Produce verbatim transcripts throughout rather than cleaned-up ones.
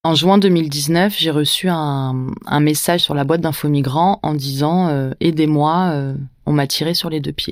En juin deux mille dix-neuf, j'ai reçu un, un message sur la boîte d'info migrants en disant euh, « Aidez-moi, euh, on m'a tiré sur les deux pieds ».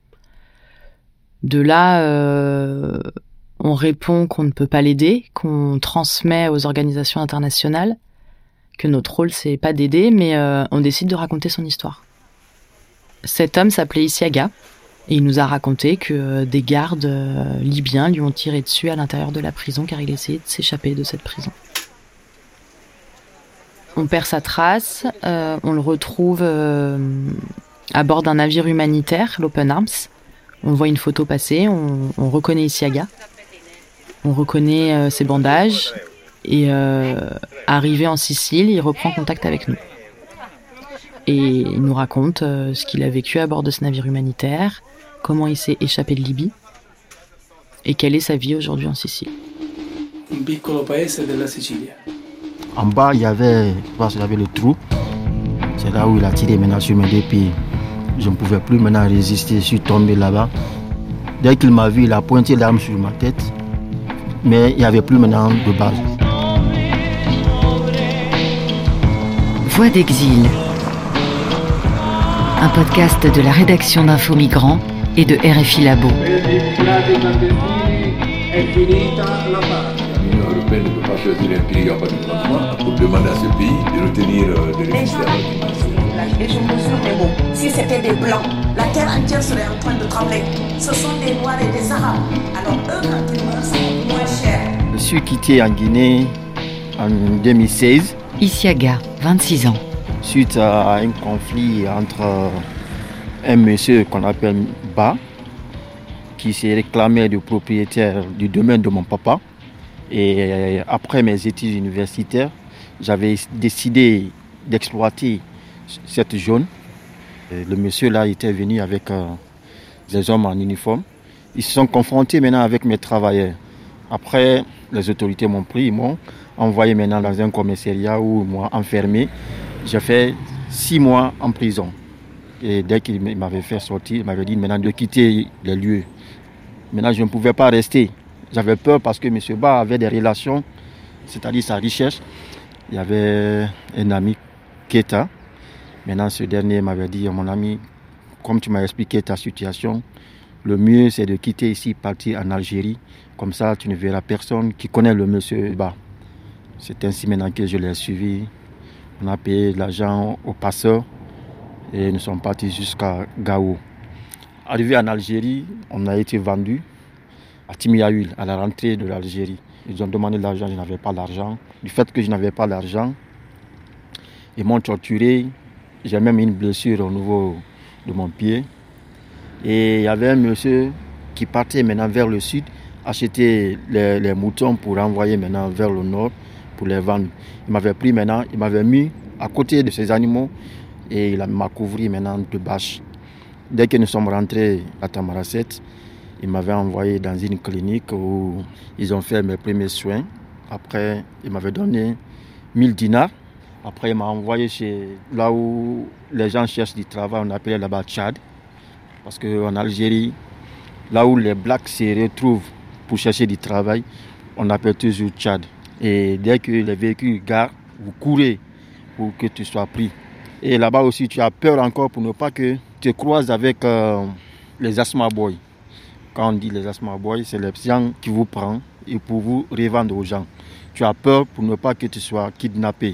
De là, euh, on répond qu'on ne peut pas l'aider, qu'on transmet aux organisations internationales, que notre rôle, c'est pas d'aider, mais euh, on décide de raconter son histoire. Cet homme s'appelait Isiaga, et il nous a raconté que euh, des gardes euh, libyens lui ont tiré dessus à l'intérieur de la prison car il essayait de s'échapper de cette prison. On perd sa trace, euh, on le retrouve euh, à bord d'un navire humanitaire, l'Open Arms. On voit une photo passer, on, on reconnaît Isiaga, on reconnaît euh, ses bandages, et euh, arrivé en Sicile, il reprend contact avec nous. Et il nous raconte euh, ce qu'il a vécu à bord de ce navire humanitaire, comment il s'est échappé de Libye, et quelle est sa vie aujourd'hui en Sicile. Un piccolo paese della Sicilia. En bas, il y avait, il y avait le trou. C'est là où il a tiré maintenant sur mes deux pieds. Je ne pouvais plus maintenant résister, je suis tombé là-bas. Dès qu'il m'a vu, il a pointé l'arme sur ma tête. Mais il n'y avait plus maintenant de base. Voix d'exil. Un podcast de la rédaction d'Info Migrants et de R F I Labo. L'Union européenne ne peut pas choisir un pays capable de transport pour demander à ce pays de retenir de l'existence. Et je mesure mes mots. Si c'était des blancs, la terre entière serait en train de trembler. Ce sont des noirs et des arabes. Alors eux, quand ils meurent, c'est moins cher. Je suis quitté en Guinée en deux mille seize. Isiaga, vingt-six ans. Suite à un conflit entre un monsieur qu'on appelle Ba, qui s'est réclamé du propriétaire du domaine de mon papa. Et après mes études universitaires, j'avais décidé d'exploiter cette zone. Et le monsieur là était venu avec euh, des hommes en uniforme. Ils se sont confrontés maintenant avec mes travailleurs. Après, les autorités m'ont pris, ils m'ont envoyé maintenant dans un commissariat où ils m'ont enfermé. J'ai fait six mois en prison. Et dès qu'il m'avait fait sortir, il m'avait dit maintenant de quitter les lieux. Maintenant, je ne pouvais pas rester. J'avais peur parce que M. Ba avait des relations, c'est-à-dire sa recherche. Il y avait un ami, Keita. Maintenant, ce dernier m'avait dit, mon ami, comme tu m'as expliqué ta situation, le mieux c'est de quitter ici, partir en Algérie. Comme ça, tu ne verras personne qui connaît le monsieur Ba. C'est ainsi maintenant que je l'ai suivi. On a payé de l'argent au passeur et nous sommes partis jusqu'à Gao. Arrivé en Algérie, on a été vendu à Timiyaoul, à la rentrée de l'Algérie. Ils ont demandé de l'argent, je n'avais pas l'argent. Du fait que je n'avais pas l'argent, ils m'ont torturé. J'ai même une blessure au niveau de mon pied. Et il y avait un monsieur qui partait maintenant vers le sud, acheter les, les moutons pour envoyer maintenant vers le nord, pour les vendre. Il m'avait pris maintenant, il m'avait mis à côté de ces animaux et il m'a couvert maintenant de bâches. Dès que nous sommes rentrés à Tamaracet, il m'avait envoyé dans une clinique où ils ont fait mes premiers soins. Après, il m'avait donné mille dinars. Après, il m'a envoyé chez là où les gens cherchent du travail, on appelait là-bas Tchad. Parce qu'en Algérie, là où les blacks se retrouvent pour chercher du travail, on appelle toujours Tchad. Et dès que les véhicules garent, vous courez pour que tu sois pris. Et là-bas aussi, tu as peur encore pour ne pas que tu te croises avec euh, les asthma boys. Quand on dit les asthma boys, c'est les gens qui vous prennent et pour vous revendre aux gens. Tu as peur pour ne pas que tu sois kidnappé.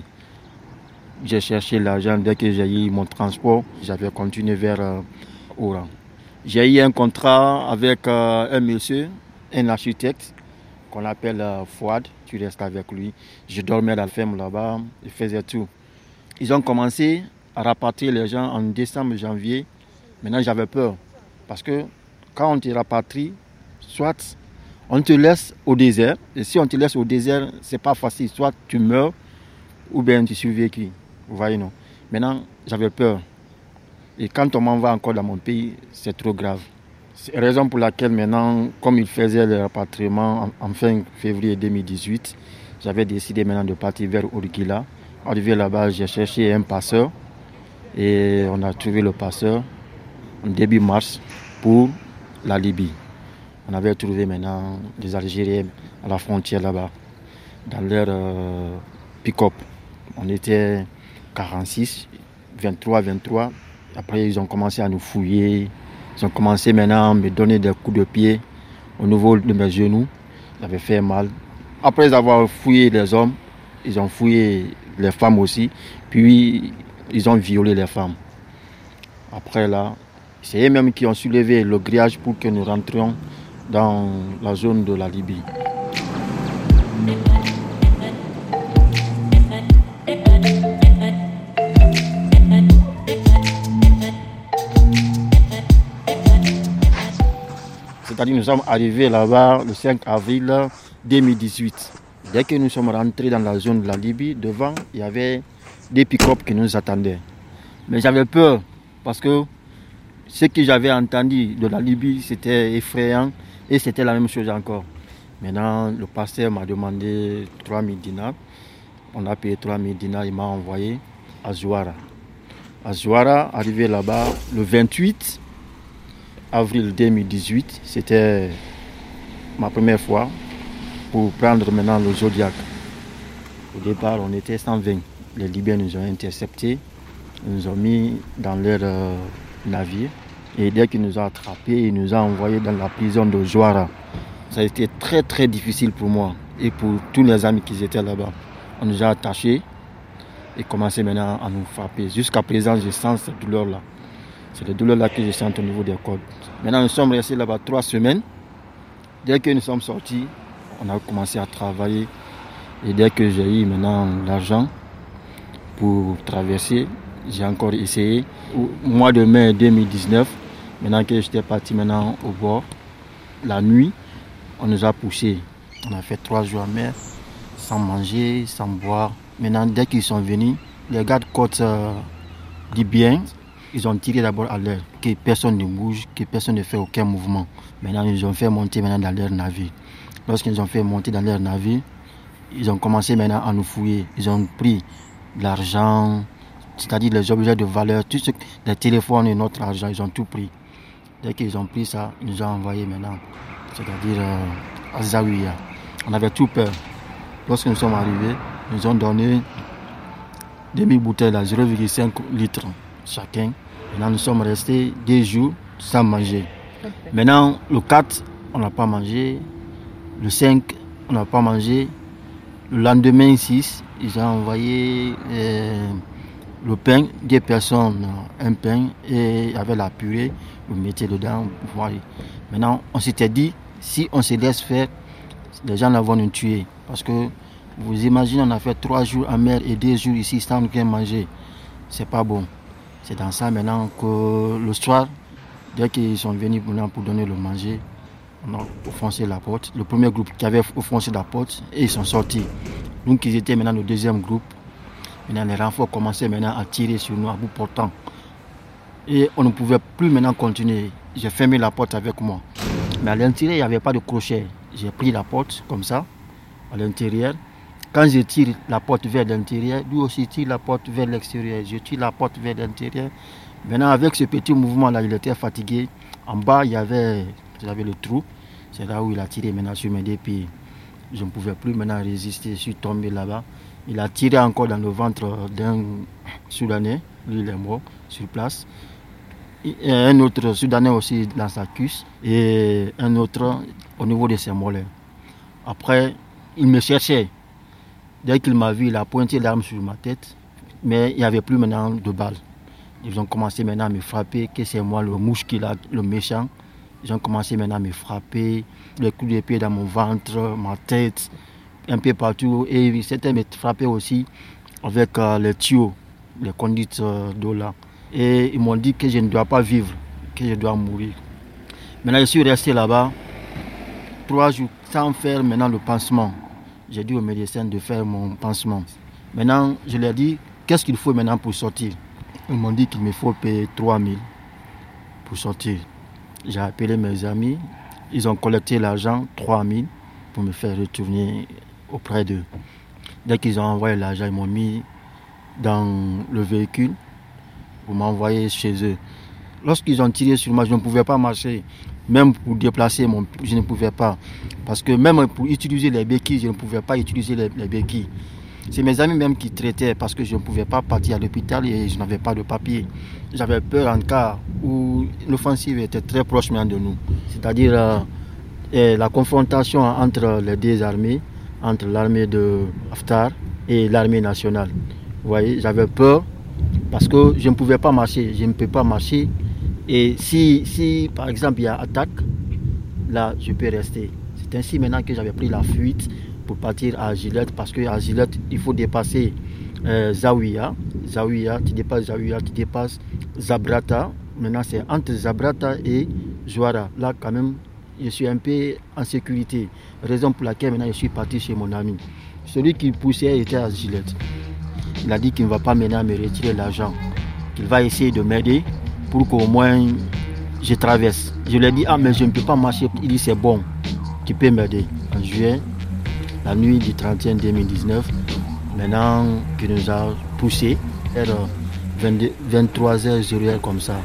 J'ai cherché l'argent. Dès que j'ai eu mon transport, j'avais continué vers euh, Oran. J'ai eu un contrat avec euh, un monsieur, un architecte, qu'on appelle euh, Fouad. Tu restes avec lui. Je dormais à la ferme là-bas, il faisait tout. Ils ont commencé à rapatrier les gens en décembre, janvier. Maintenant, j'avais peur. Parce que quand on te rapatrie, soit on te laisse au désert. Et si on te laisse au désert, c'est pas facile. Soit tu meurs ou bien tu survécu. Vous voyez, non? Maintenant, j'avais peur. Et quand on m'envoie encore dans mon pays, c'est trop grave. C'est la raison pour laquelle maintenant, comme il faisait le rapatriement en, en fin février deux mille dix-huit, j'avais décidé maintenant de partir vers Orguila. Arrivé là-bas, j'ai cherché un passeur. Et on a trouvé le passeur en début mars pour la Libye. On avait trouvé maintenant des Algériens à la frontière là-bas. dans leur euh, pick-up. On était quarante-six, vingt-trois, vingt-trois. Après, ils ont commencé à nous fouiller. Ils ont commencé maintenant à me donner des coups de pied au niveau de mes genoux. Ça avait fait mal. Après avoir fouillé les hommes, ils ont fouillé les femmes aussi. Puis, ils ont violé les femmes. Après là, c'est eux-mêmes qui ont soulevé le grillage pour que nous rentrions dans la zone de la Libye. C'est-à-dire nous sommes arrivés là-bas le cinq avril deux mille dix-huit. Dès que nous sommes rentrés dans la zone de la Libye, devant, il y avait des pick-up qui nous attendaient. Mais j'avais peur parce que ce que j'avais entendu de la Libye, c'était effrayant et c'était la même chose encore. Maintenant, le pasteur m'a demandé trois mille dinars. On a payé trois mille dinars, il m'a envoyé à Zouara. À Zouara, arrivé là-bas le vingt-huit avril deux mille dix-huit, c'était ma première fois pour prendre maintenant le Zodiac. Au départ, on était cent vingt. Les Libyens nous ont interceptés, nous ont mis dans leur euh, navire. Et dès qu'ils nous ont attrapés, ils nous ont envoyés dans la prison de Zouara. Ça a été très très difficile pour moi et pour tous les amis qui étaient là-bas. On nous a attachés et commençé maintenant à nous frapper. Jusqu'à présent, je sens cette douleur-là. C'est la douleur-là que je sens au niveau des côtes. Maintenant, nous sommes restés là-bas trois semaines. Dès que nous sommes sortis, on a commencé à travailler. Et dès que j'ai eu maintenant l'argent pour traverser, j'ai encore essayé. Au mois de mai deux mille dix-neuf, maintenant que j'étais parti maintenant au bord, la nuit, on nous a poussés. On a fait trois jours en mer, sans manger, sans boire. Maintenant, dès qu'ils sont venus, les gardes-côtes euh, libyens, ils ont tiré d'abord à l'air, que personne ne bouge, que personne ne fait aucun mouvement. Maintenant, ils ont fait monter maintenant dans leur navire. Lorsqu'ils ont fait monter dans leur navire, ils ont commencé maintenant à nous fouiller. Ils ont pris de l'argent, c'est-à-dire les objets de valeur, tout ce, les téléphones et notre argent, ils ont tout pris. Dès qu'ils ont pris ça, ils nous ont envoyé maintenant, c'est-à-dire euh, à Zawiya. On avait tout peur. Lorsque nous sommes arrivés, ils nous ont donné deux mille bouteilles à zéro virgule cinq litres chacun. Maintenant, nous sommes restés deux jours sans manger. Maintenant, le quatre, on n'a pas mangé. Le cinq, on n'a pas mangé. Le lendemain, six, ils ont envoyé euh, le pain, deux personnes, un pain, et il y avait la purée, vous mettez dedans. Voilà. Maintenant, on s'était dit, si on se laisse faire, les gens vont nous tuer. Parce que vous imaginez, on a fait trois jours en mer et deux jours ici sans rien manger. C'est pas bon. C'est dans ça maintenant que le soir, dès qu'ils sont venus pour donner le manger, on a offensé la porte. Le premier groupe qui avait offensé la porte, et ils sont sortis. Donc ils étaient maintenant le deuxième groupe. Maintenant les renforts commençaient maintenant à tirer sur nous à bout portant. Et on ne pouvait plus maintenant continuer. J'ai fermé la porte avec moi. Mais à l'intérieur, il n'y avait pas de crochet. J'ai pris la porte comme ça, à l'intérieur. Quand je tire la porte vers l'intérieur, lui aussi tire la porte vers l'extérieur. Je tire la porte vers l'intérieur. Maintenant, avec ce petit mouvement-là, il était fatigué. En bas, il y avait, il y avait le trou. C'est là où il a tiré maintenant sur mes deux pieds. Je ne pouvais plus maintenant résister. Je suis tombé là-bas. Il a tiré encore dans le ventre d'un Soudanais. Lui, il est mort sur place. Et un autre Soudanais aussi dans sa cuisse. Et un autre au niveau de ses mollets. Après, il me cherchait. Dès qu'il m'a vu, il a pointé l'arme sur ma tête, mais il n'y avait plus maintenant de balles. Ils ont commencé maintenant à me frapper, que c'est moi le mouche qui l'a, le méchant. Ils ont commencé maintenant à me frapper, les coups de pied dans mon ventre, ma tête, un peu partout. Et c'était me frapper aussi avec euh, les tuyaux, les conduites euh, d'eau là. Et ils m'ont dit que je ne dois pas vivre, que je dois mourir. Maintenant, je suis resté là-bas trois jours sans faire maintenant le pansement. J'ai dit aux médecins de faire mon pansement. Maintenant, je leur ai dit, qu'est-ce qu'il faut maintenant pour sortir? Ils m'ont dit qu'il me faut payer trois mille pour sortir. J'ai appelé mes amis, ils ont collecté l'argent, trois mille, pour me faire retourner auprès d'eux. Dès qu'ils ont envoyé l'argent, ils m'ont mis dans le véhicule pour m'envoyer chez eux. Lorsqu'ils ont tiré sur moi, je ne pouvais pas marcher. Même pour déplacer, mon, je ne pouvais pas. Parce que même pour utiliser les béquilles, je ne pouvais pas utiliser les, les béquilles. C'est mes amis même qui traitaient parce que je ne pouvais pas partir à l'hôpital et je n'avais pas de papier. J'avais peur en cas où l'offensive était très proche de nous. C'est-à-dire euh, la confrontation entre les deux armées, entre l'armée de Haftar et l'armée nationale. Vous voyez, j'avais peur parce que je ne pouvais pas marcher. Je ne peux pas marcher. Et si, si par exemple, il y a attaque, là, je peux rester. C'est ainsi maintenant que j'avais pris la fuite pour partir à Gilette, parce qu'à Gilette, il faut dépasser euh, Zawiya. Zawiya, tu dépasses Zawiya, tu dépasses Zabrata. Maintenant, c'est entre Zabrata et Jouara. Là, quand même, je suis un peu en sécurité. Raison pour laquelle maintenant, je suis parti chez mon ami. Celui qui poussait était à Gilette. Il a dit qu'il ne va pas maintenant me retirer l'argent, qu'il va essayer de m'aider pour qu'au moins je traverse. Je lui ai dit, ah, mais je ne peux pas marcher. Il dit, c'est bon, tu peux m'aider. En juillet, la nuit du trente et un deux mille dix-neuf, maintenant qu'il nous a poussé vers vingt-trois heures comme ça.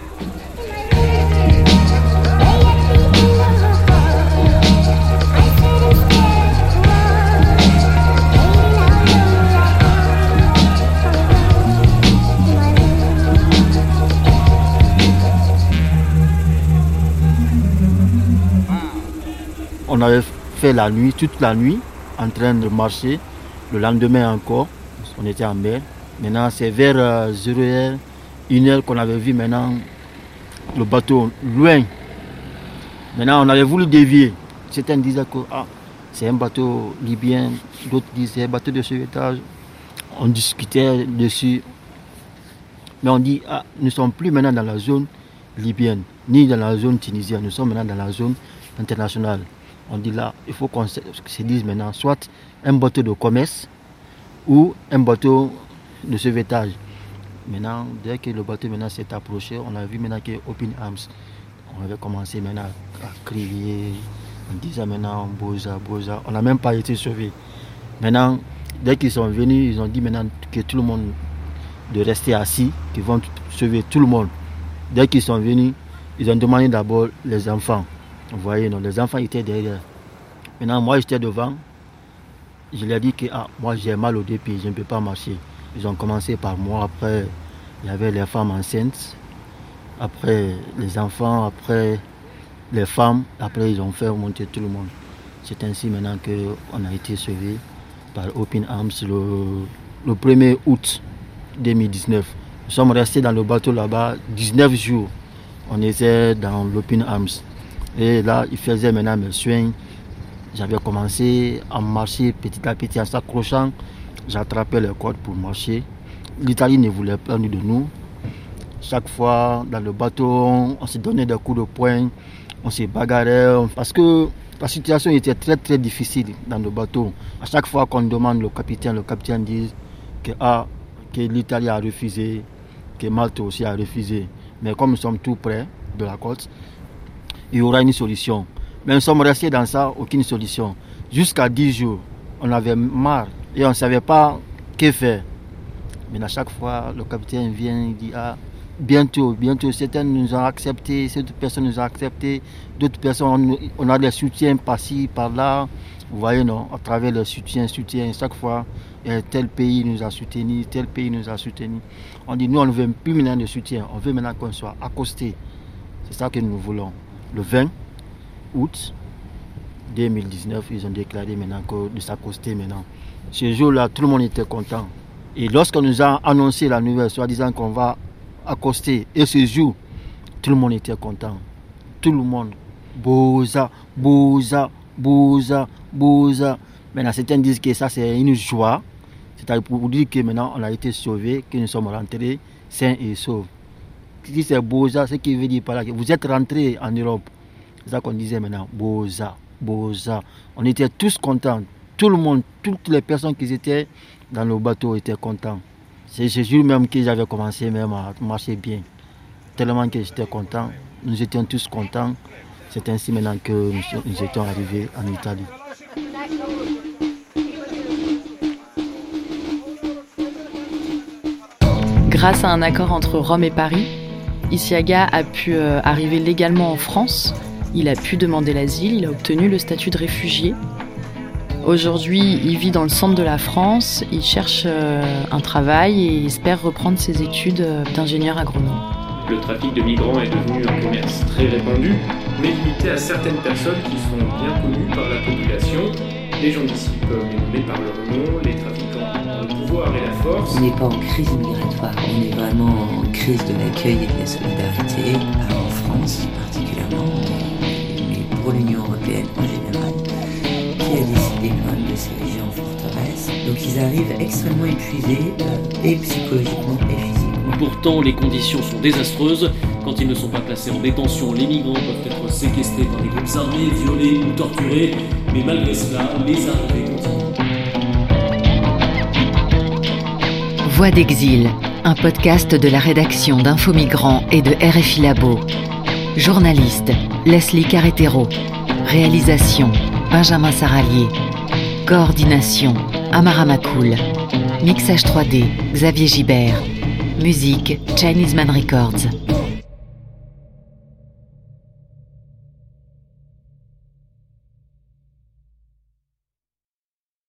On avait fait la nuit, toute la nuit, en train de marcher. Le lendemain encore, on était en mer. Maintenant, c'est vers euh, zéro heure, une heure qu'on avait vu maintenant le bateau loin. Maintenant, on avait voulu dévier. Certains disaient que ah, c'est un bateau libyen, d'autres disaient c'est un bateau de sauvetage. On discutait dessus. Mais on dit, ah, nous ne sommes plus maintenant dans la zone libyenne, ni dans la zone tunisienne, nous sommes maintenant dans la zone internationale. On dit là, il faut qu'on se, se dise maintenant, soit un bateau de commerce ou un bateau de sauvetage. Maintenant, dès que le bateau maintenant s'est approché, on a vu maintenant qu'il y a Open Arms. On avait commencé maintenant à, à crier, on disait maintenant Boza, Boza. On n'a même pas été sauvés. Maintenant, dès qu'ils sont venus, ils ont dit maintenant que tout le monde de rester assis, qu'ils vont sauver tout le monde. Dès qu'ils sont venus, ils ont demandé d'abord les enfants. Vous voyez, non, les enfants étaient derrière. Maintenant, moi, j'étais devant. Je leur ai dit que ah, moi, j'ai mal au deux pieds, je ne peux pas marcher. Ils ont commencé par moi. Après, il y avait les femmes enceintes. Après, les enfants. Après, les femmes. Après, ils ont fait monter tout le monde. C'est ainsi maintenant qu'on a été sauvés par Open Arms le, le premier août deux mille dix-neuf. Nous sommes restés dans le bateau là-bas dix-neuf jours. On était dans l'Open Arms. Et là, il faisait maintenant mes soins. J'avais commencé à marcher petit à petit en s'accrochant. J'attrapais les cordes pour marcher. L'Italie ne voulait pas de nous. Chaque fois, dans le bateau, on se donnait des coups de poing. On se bagarrait. Parce que la situation était très très difficile dans le bateau. À chaque fois qu'on demande le capitaine, le capitaine dit que, ah, que l'Italie a refusé, que Malte aussi a refusé. Mais comme nous sommes tout près de la côte, il y aura une solution. Mais nous sommes restés dans ça, aucune solution. Jusqu'à dix jours, on avait marre et on ne savait pas que faire. Mais à chaque fois, le capitaine vient et dit, ah, bientôt, bientôt, certains nous ont accepté, certaines personnes nous ont accepté, d'autres personnes, on, on a des soutiens par-ci, par-là. Vous voyez, non, à travers le soutien, soutien, chaque fois, tel pays nous a soutenus, tel pays nous a soutenus. On dit, nous, on ne veut plus maintenant de soutien, on veut maintenant qu'on soit accosté. C'est ça que nous voulons. Le vingt août deux mille dix-neuf, ils ont déclaré maintenant que de s'accoster maintenant. Ce jour-là, tout le monde était content. Et lorsqu'on nous a annoncé la nouvelle, soi-disant qu'on va accoster, et ce jour, tout le monde était content. Tout le monde. Boza, Boza, Boza, Boza. Maintenant, certains disent que ça, c'est une joie. C'est-à-dire pour dire que maintenant, on a été sauvés, que nous sommes rentrés sains et saufs. Si c'est Boza, ce qui veut dire par là que vous êtes rentrés en Europe. C'est ça qu'on disait maintenant, Boza, Boza. On était tous contents. Tout le monde, toutes les personnes qui étaient dans le bateau étaient contents. C'est ce jour même que j'avais commencé même à marcher bien. Tellement que j'étais content. Nous étions tous contents. C'est ainsi maintenant que nous, nous étions arrivés en Italie. Grâce à un accord entre Rome et Paris, Isiaga a pu euh, arriver légalement en France Il a pu demander l'asile, il a obtenu le statut de réfugié. Aujourd'hui, il vit dans le centre de la France, il cherche un travail et espère reprendre ses études d'ingénieur agronome. Le trafic de migrants est devenu un commerce très répandu, mais limité à certaines personnes qui sont bien connues par la population. Les gens d'ici peuvent les nommer par leur nom, les trafiquants ont le pouvoir et la force. On n'est pas en crise migratoire, on est vraiment en crise de l'accueil et de la solidarité, en France particulièrement, mais pour l'Union européenne en général, qui a décidé quand même de s'ériger en forteresse. Donc ils arrivent extrêmement épuisés, euh, et psychologiquement et physiquement. Pourtant, les conditions sont désastreuses. Quand ils ne sont pas placés en détention, les migrants peuvent être séquestrés par des groupes armés, violés ou torturés. Mais malgré cela, les arrivées continuent. Voix d'exil, un podcast de la rédaction d'Info Migrants et de R F I Labo. Journaliste, Leslie Carretero. Réalisation, Benjamin Saralier. Coordination, Amara Makoul. Mixage trois D, Xavier Gibert. Musique, Chinese Man Records.